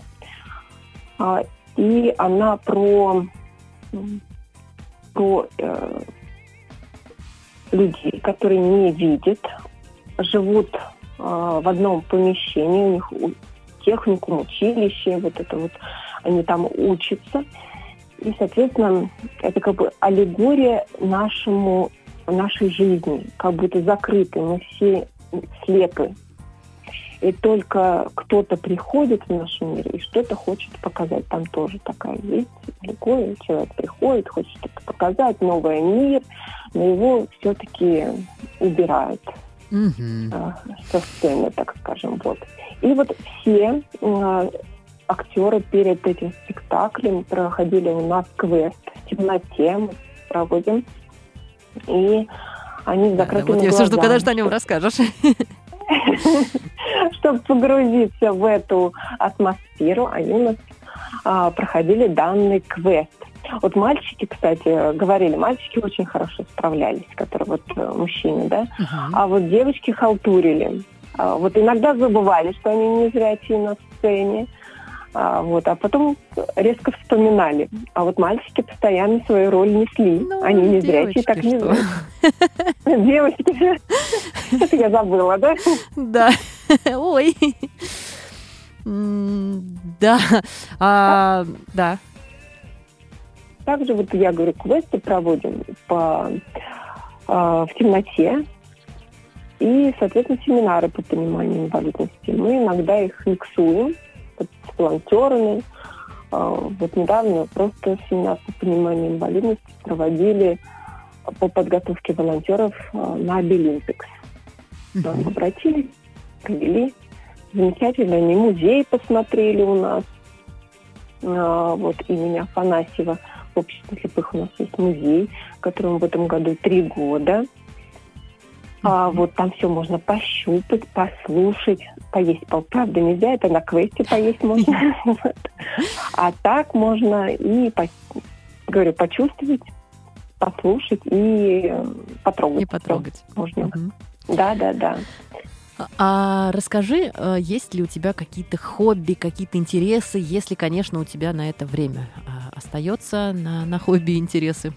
И она про людей, которые не видят, живут в одном помещении, у них техникум, училище, вот это вот, они там учатся. И, соответственно, это как бы аллегория нашей жизни, как будто закрыты, мы все слепы. И только кто-то приходит в наш мир и что-то хочет показать. Там тоже такая есть аллегория. Человек приходит, хочет что-то показать, новый мир, но его все-таки убирают со сцены, так скажем. Вот. И вот все актеры перед этим спектаклем проходили у нас квест в темноте, мы проводим. И они с закрытыми вот я все жду, глазами. когда же ты о нем расскажешь. Чтобы погрузиться в эту атмосферу, они у нас проходили данный квест. Вот мальчики, кстати, говорили, мальчики очень хорошо справлялись, которые вот мужчины, да, а вот девочки халтурили. Вот иногда забывали, что они не зрячие на сцене, а потом резко вспоминали. А вот мальчики постоянно свою роль несли. Они не зрячие, так не знают. Девочки. Это я забыла, да? Да. Ой. Да. Да. Также вот я говорю, квесты проводим в темноте. И, соответственно, семинары по пониманию инвалидности. Мы иногда их миксуем с волонтерами. Вот недавно просто семинар по пониманию инвалидности проводили по подготовке волонтеров на Обилимпикс. Нам обратились, провели. Замечательно. Они музей посмотрели у нас. Вот имени Афанасьева. В обществе слепых у нас есть музей, которому в этом году 3 года. Вот там все можно пощупать, послушать, поесть. Правда, нельзя, это на квесте поесть можно. А так можно и, говорю, почувствовать, послушать и потрогать. И потрогать. Можно. Да. А расскажи, есть ли у тебя какие-то хобби, какие-то интересы, если, конечно, у тебя на это время остается на хобби и интересы?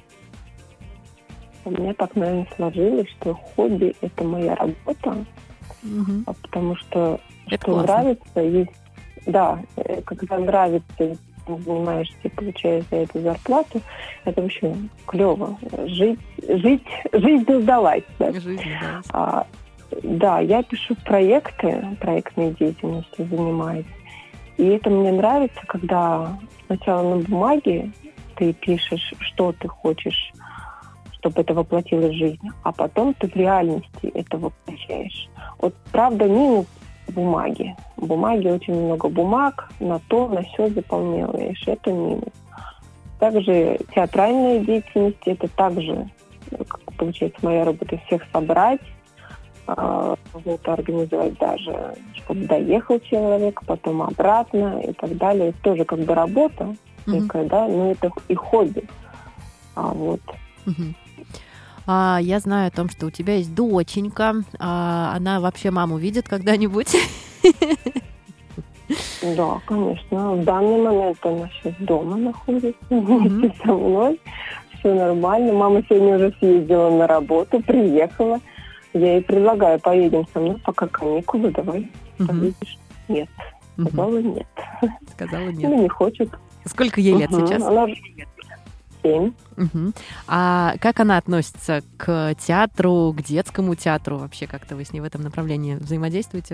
У меня так, наверное, сложилось, что хобби – это моя работа, потому что нравится, есть... Да, когда нравится, занимаешься и получаешь за это зарплату, это вообще клево. Жизнь не сдалась. Да? Жизнь не сдалась. Да, я пишу проекты, проектной деятельностью занимаюсь. И это мне нравится, когда сначала на бумаге ты пишешь, что ты хочешь, чтобы это воплотилось в жизнь, а потом ты в реальности это воплощаешь. Вот правда минус бумаги. В бумаге очень много бумаг, на то, на сё заполняешь. Это минус. Также театральная деятельность, это также, как получается, моя работа, всех собрать, вот, организовать даже, чтобы доехал человек, потом обратно и так далее. Это тоже как бы работа, некая, да, но это и хобби. Вот. Я знаю о том, что у тебя есть доченька. Она вообще маму видит когда-нибудь? Да, конечно. В данный момент она сейчас дома находится вместе со мной. Все нормально. Мама сегодня уже съездила на работу, приехала. Я ей предлагаю, поедем со мной, пока каникулы, давай поедешь. Нет. Сказала нет. Сказала нет. Ну, не хочет. Сколько ей лет сейчас? Она 7. А как она относится к театру, к детскому театру? Вообще как-то вы с ней в этом направлении взаимодействуете?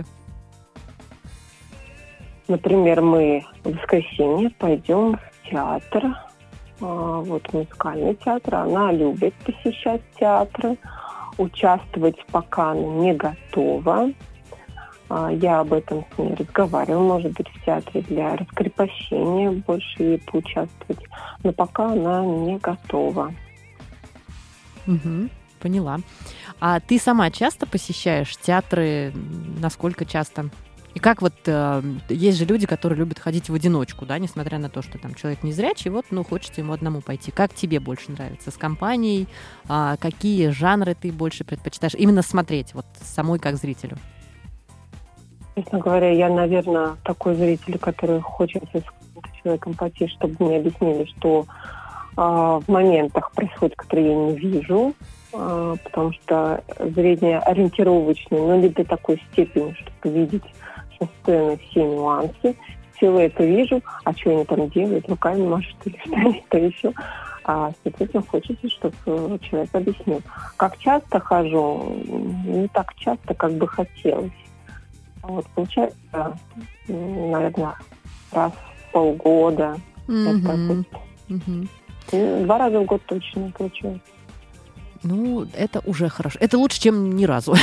Например, мы в воскресенье пойдем в театр, вот музыкальный театр. Она любит посещать театры, участвовать пока она не готова. Я об этом с ней разговаривала, может быть, в театре для раскрепощения больше ей поучаствовать, но пока она не готова. Поняла. А ты сама часто посещаешь театры? Насколько часто? И как вот, есть же люди, которые любят ходить в одиночку, да, несмотря на то, что там человек незрячий, вот, хочется ему одному пойти. Как тебе больше нравится? С компанией? Какие жанры ты больше предпочитаешь? Именно смотреть, вот, самой как зрителю. Честно говоря, я, наверное, такой зритель, который хочет с человеком пойти, чтобы мне объяснили, что в моментах происходит, которые я не вижу, потому что зрение ориентировочное, но не до такой степени, чтобы видеть со сцены все нюансы. Силуэты вижу, а что они там делают, руками машут или что-то еще. Соответственно, хочется, чтобы человек объяснил. Как часто хожу? Не так часто, как бы хотелось. Вот, получается, наверное, раз в полгода. Вот. 2 раза в год точно получается. Это уже хорошо. Это лучше, чем ни разу.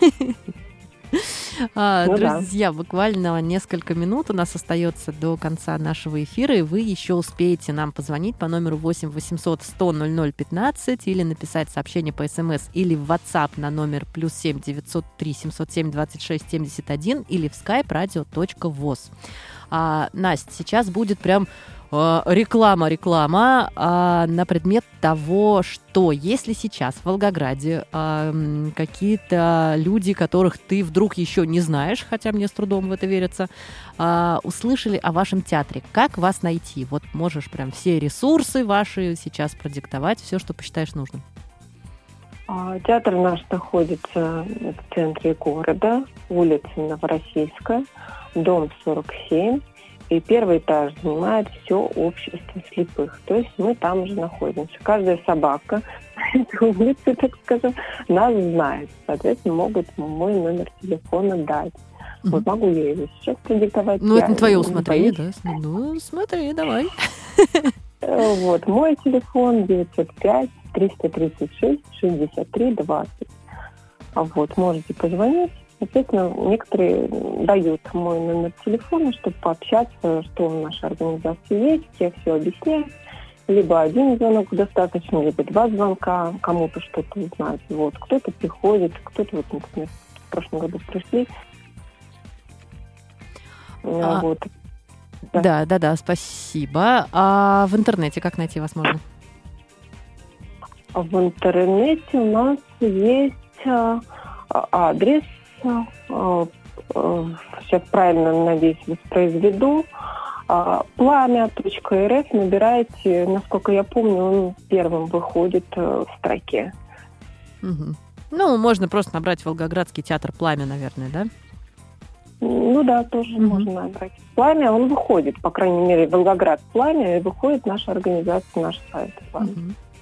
Друзья, буквально несколько минут у нас остается до конца нашего эфира, и вы еще успеете нам позвонить по номеру 8 800 100 00 15 или написать сообщение по СМС или в WhatsApp на номер +7 903 707 26 71 или в skype radio.voz. Настя, сейчас будет прям реклама на предмет того, что если сейчас в Волгограде какие-то люди, которых ты вдруг еще не знаешь, хотя мне с трудом в это верится, услышали о вашем театре, как вас найти? Вот можешь прям все ресурсы ваши сейчас продиктовать, все, что посчитаешь нужным. Театр наш находится в центре города, улица Новороссийская, дом 47. И первый этаж занимает все общество слепых. То есть мы там же находимся. Каждая собака на этой улице, так скажем, нас знает. Соответственно, могут мой номер телефона дать. Вот могу я его сейчас продиктовать. Это на твое усмотрение, да? Смотри, давай. Вот, мой телефон 905 336 63 20. Вот, можете позвонить. Естественно, некоторые дают мой номер телефона, чтобы пообщаться, что в нашей организации есть, я все объясняю. Либо один звонок достаточно, либо 2 звонка, кому-то что-то узнать. Вот, кто-то приходит, кто-то, вот, например, в прошлом году пришли. Вот. Да, спасибо. А в интернете как найти вас можно? В интернете у нас есть адрес. Сейчас правильно, надеюсь, воспроизведу. Пламя.рф набираете, насколько я помню, он первым выходит в строке. Можно просто набрать Волгоградский театр «Пламя», наверное, да? Да, тоже можно набрать. «Пламя», он выходит, по крайней мере, Волгоград «Пламя», и выходит наша организация, наш сайт «Пламя».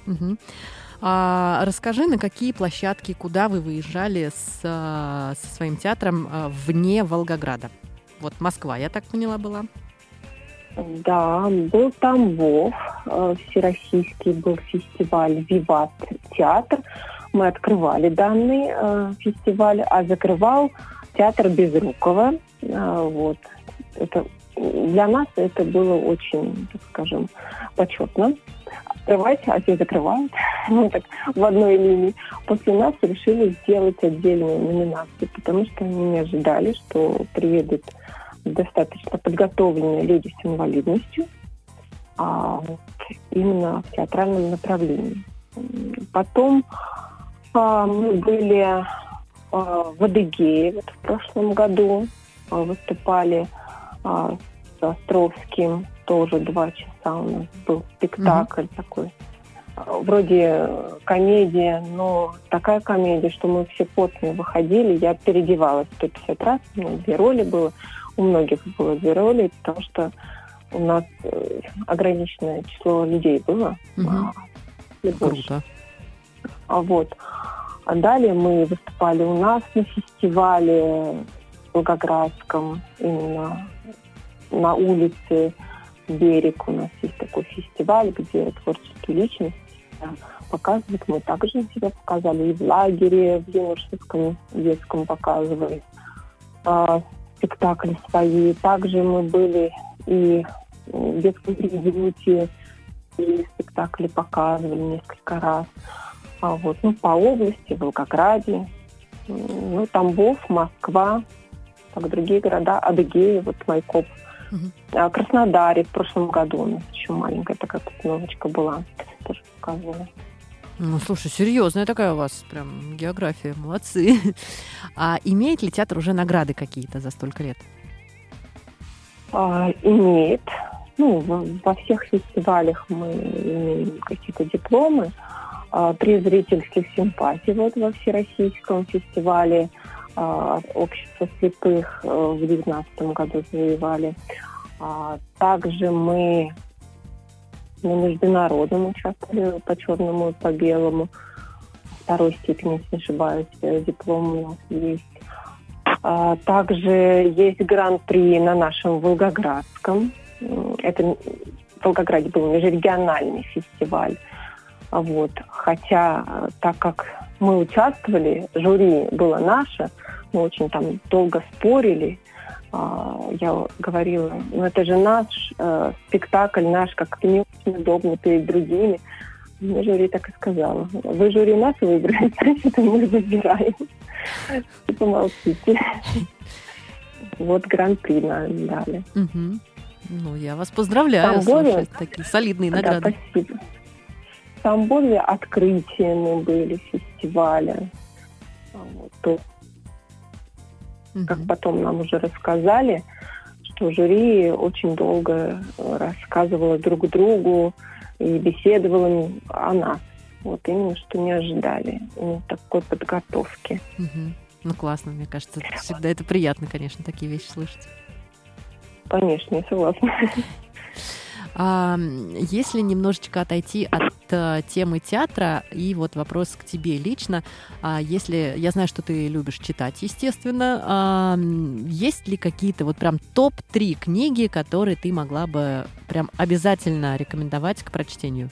Расскажи, на какие площадки, куда вы выезжали со своим театром вне Волгограда? Вот Москва, я так поняла, была. Да, был Тамбов, всероссийский был фестиваль «Виват Театр». Мы открывали данный фестиваль, а закрывал театр Безрукова. Вот. Это, для нас это было очень, так скажем, почетно. Открывать, а те закрывают. Ну, так, в одной линии. После нас решили сделать отдельную номинацию, потому что они не ожидали, что приедут достаточно подготовленные люди с инвалидностью, именно в театральном направлении. Потом мы были в Адыгее в прошлом году, выступали с Островским, тоже 2 часа у нас был спектакль такой. Вроде комедия, но такая комедия, что мы все потные выходили. Я переодевалась 150 раз, 2 роли было. У многих было 2 роли, потому что у нас ограниченное число людей было. Круто. Вот. А далее мы выступали у нас на фестивале в Волгоградском, именно на улице Берег. У нас есть такой фестиваль, где творческие личности показывают. Мы также себя показали и в лагере, в юношеском, детском показывали спектакли свои. Также мы были и в детском приюте, и спектакли показывали несколько раз. По области, в Волгограде, Тамбов, Москва, так, другие города, Адыгея, Майкоп. Краснодаре в прошлом году у нас еще маленькая такая постановочка была, тоже показывала. Ну, слушай, серьезная такая у вас прям география, молодцы. А имеет ли театр уже награды какие-то за столько лет? Имеет. Во всех фестивалях мы имеем какие-то дипломы. Приз зрительских симпатий во Всероссийском фестивале общества слепых в 2019 году завоевали. Также мы на международном участвовали по черному и по белому. 2-й степени, если не ошибаюсь, диплом у нас есть. Также есть гран-при на нашем Волгоградском. Это в Волгограде был межрегиональный фестиваль. Хотя, так как мы участвовали, жюри было наше, мы очень там долго спорили. Я говорила, это же наш спектакль, наш, как-то не очень удобно перед другими. Мне жюри так и сказала. Вы жюри нас выбрали, значит, мы выбираем. И помолчите. Гран-при нам дали. Я вас поздравляю. Слушай, такие солидные награды. Да, спасибо. В Тамбове открытие мы были фестиваля. Как потом нам уже рассказали, что жюри очень долго рассказывало друг другу и беседовало о нас. Именно что не ожидали такой подготовки. Классно, мне кажется, всегда это приятно, конечно, такие вещи слышать. Конечно, я согласна. Если немножечко отойти от темы театра, и вопрос к тебе лично. Если я знаю, что ты любишь читать, естественно, есть ли какие-то прям топ-3 книги, которые ты могла бы прям обязательно рекомендовать к прочтению?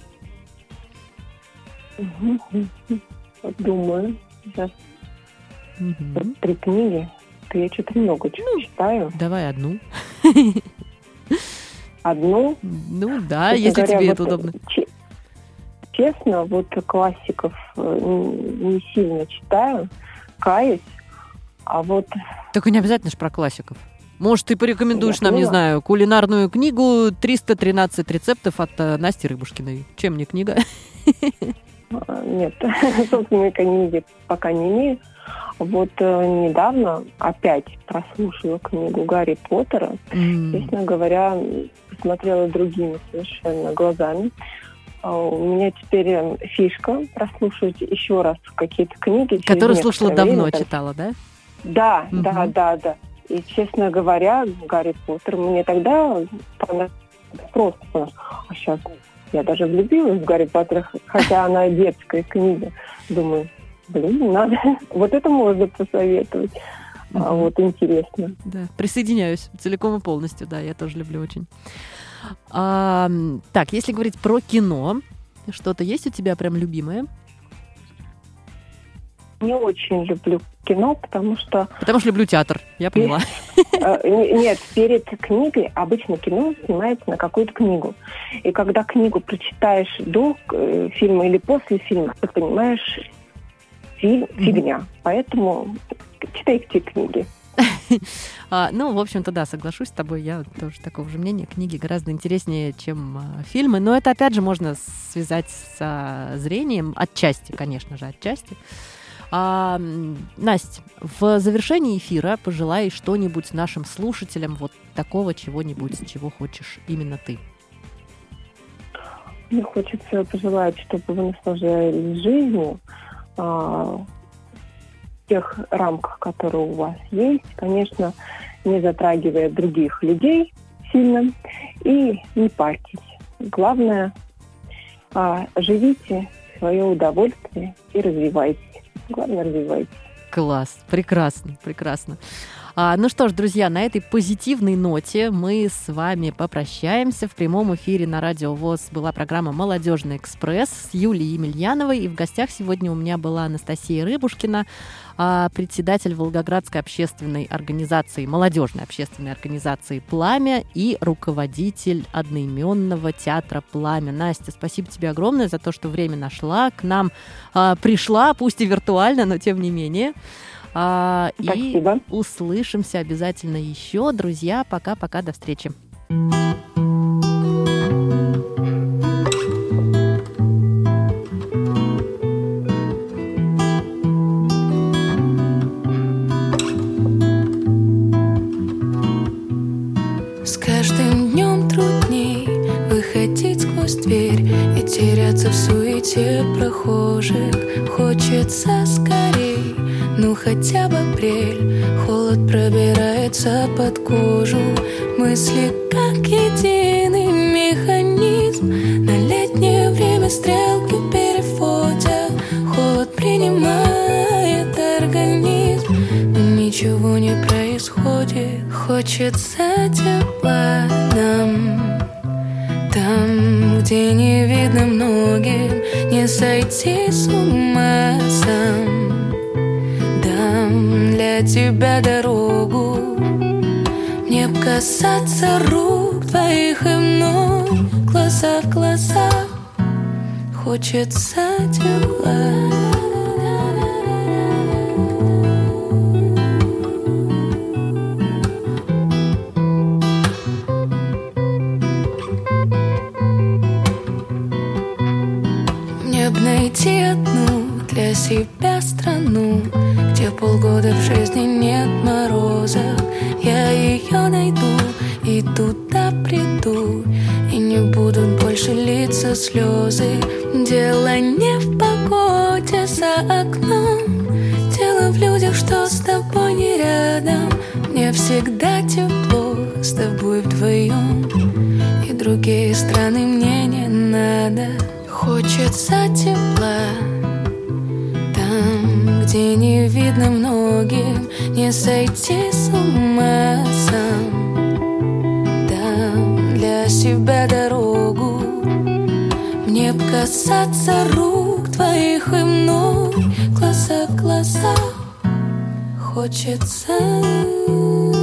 Думаю. Сейчас 3 книги. Я что-то много читаю. Давай одну. Одну? Да, если тебе это удобно. Честно, классиков не сильно читаю, каюсь, Так и не обязательно же про классиков. Может, ты порекомендуешь нам, не знаю, кулинарную книгу «313 рецептов» от Насти Рыбушкиной. Чем не книга? Нет, собственной книги пока не имею. Недавно опять прослушала книгу Гарри Поттера. Честно говоря, посмотрела другими совершенно глазами. У меня теперь фишка прослушать еще раз какие-то книги. Которые слушала давно, читала, да? Да. И, честно говоря, Гарри Поттер мне тогда просто понравился. А сейчас я даже влюбилась в Гарри Поттера, хотя она детская книга. Думаю, надо. Это можно посоветовать. Вот, интересно. Да, присоединяюсь целиком и полностью, да, я тоже люблю очень. Так, если говорить про кино, что-то есть у тебя прям любимое? Не очень люблю кино, потому что... Потому что люблю театр, я поняла. Нет, перед книгой обычно кино снимается на какую-то книгу. И когда книгу прочитаешь до фильма или после фильма, ты понимаешь, фигня. Поэтому читайте книги. Ну, в общем-то, да, соглашусь с тобой, я тоже такого же мнения. Книги гораздо интереснее, чем фильмы. Но это, опять же, можно связать со зрением. Отчасти, конечно же, отчасти. Настя, в завершении эфира пожелай что-нибудь нашим слушателям, вот такого чего-нибудь, чего хочешь именно ты. Мне хочется пожелать, чтобы вы наслаждались жизнью в тех рамках, которые у вас есть, конечно, не затрагивая других людей сильно, и не парьтесь. Главное, живите в свое удовольствие и развивайтесь. Главное, развивайтесь. Класс, прекрасно, прекрасно. Ну что ж, друзья, на этой позитивной ноте мы с вами попрощаемся. В прямом эфире на Радио ВОС была программа «Молодежный экспресс» с Юлией Емельяновой. И в гостях сегодня у меня была Анастасия Рыбушкина, председатель Волгоградской общественной организации, молодежной общественной организации «Пламя» и руководитель одноименного театра «Пламя». Настя, спасибо тебе огромное за то, что время нашла, к нам пришла, пусть и виртуально, но тем не менее. Спасибо. И услышимся обязательно еще. Друзья, пока-пока, до встречи. С каждым днем трудней выходить сквозь дверь и теряться в суете прохожих. Хочется скорей, ну хотя бы апрель. Холод пробирается под кожу. Мысли как единый механизм. На летнее время стрелки переводят. Холод принимает организм, но ничего не происходит. Хочется тепла нам, там, где не видно многим, не сойти с ума сам. Дам для тебя дорогу, мне б касаться рук твоих и мной, глаза в глаза. Хочется тепла. Найти одну для себя страну, где полгода в жизни нет мороза. Я ее найду и туда приду, и не будут больше литься слезы. Дело не в погоде за окном, дело в людях, что с тобой не рядом. Мне всегда тепло с тобой вдвоем, и другие страны мне не надо. Хочется тепла, там, где не видно многим, не сойти с ума сам. Дам для себя дорогу, мне б касаться рук твоих и мной, глаза в глаза. Хочется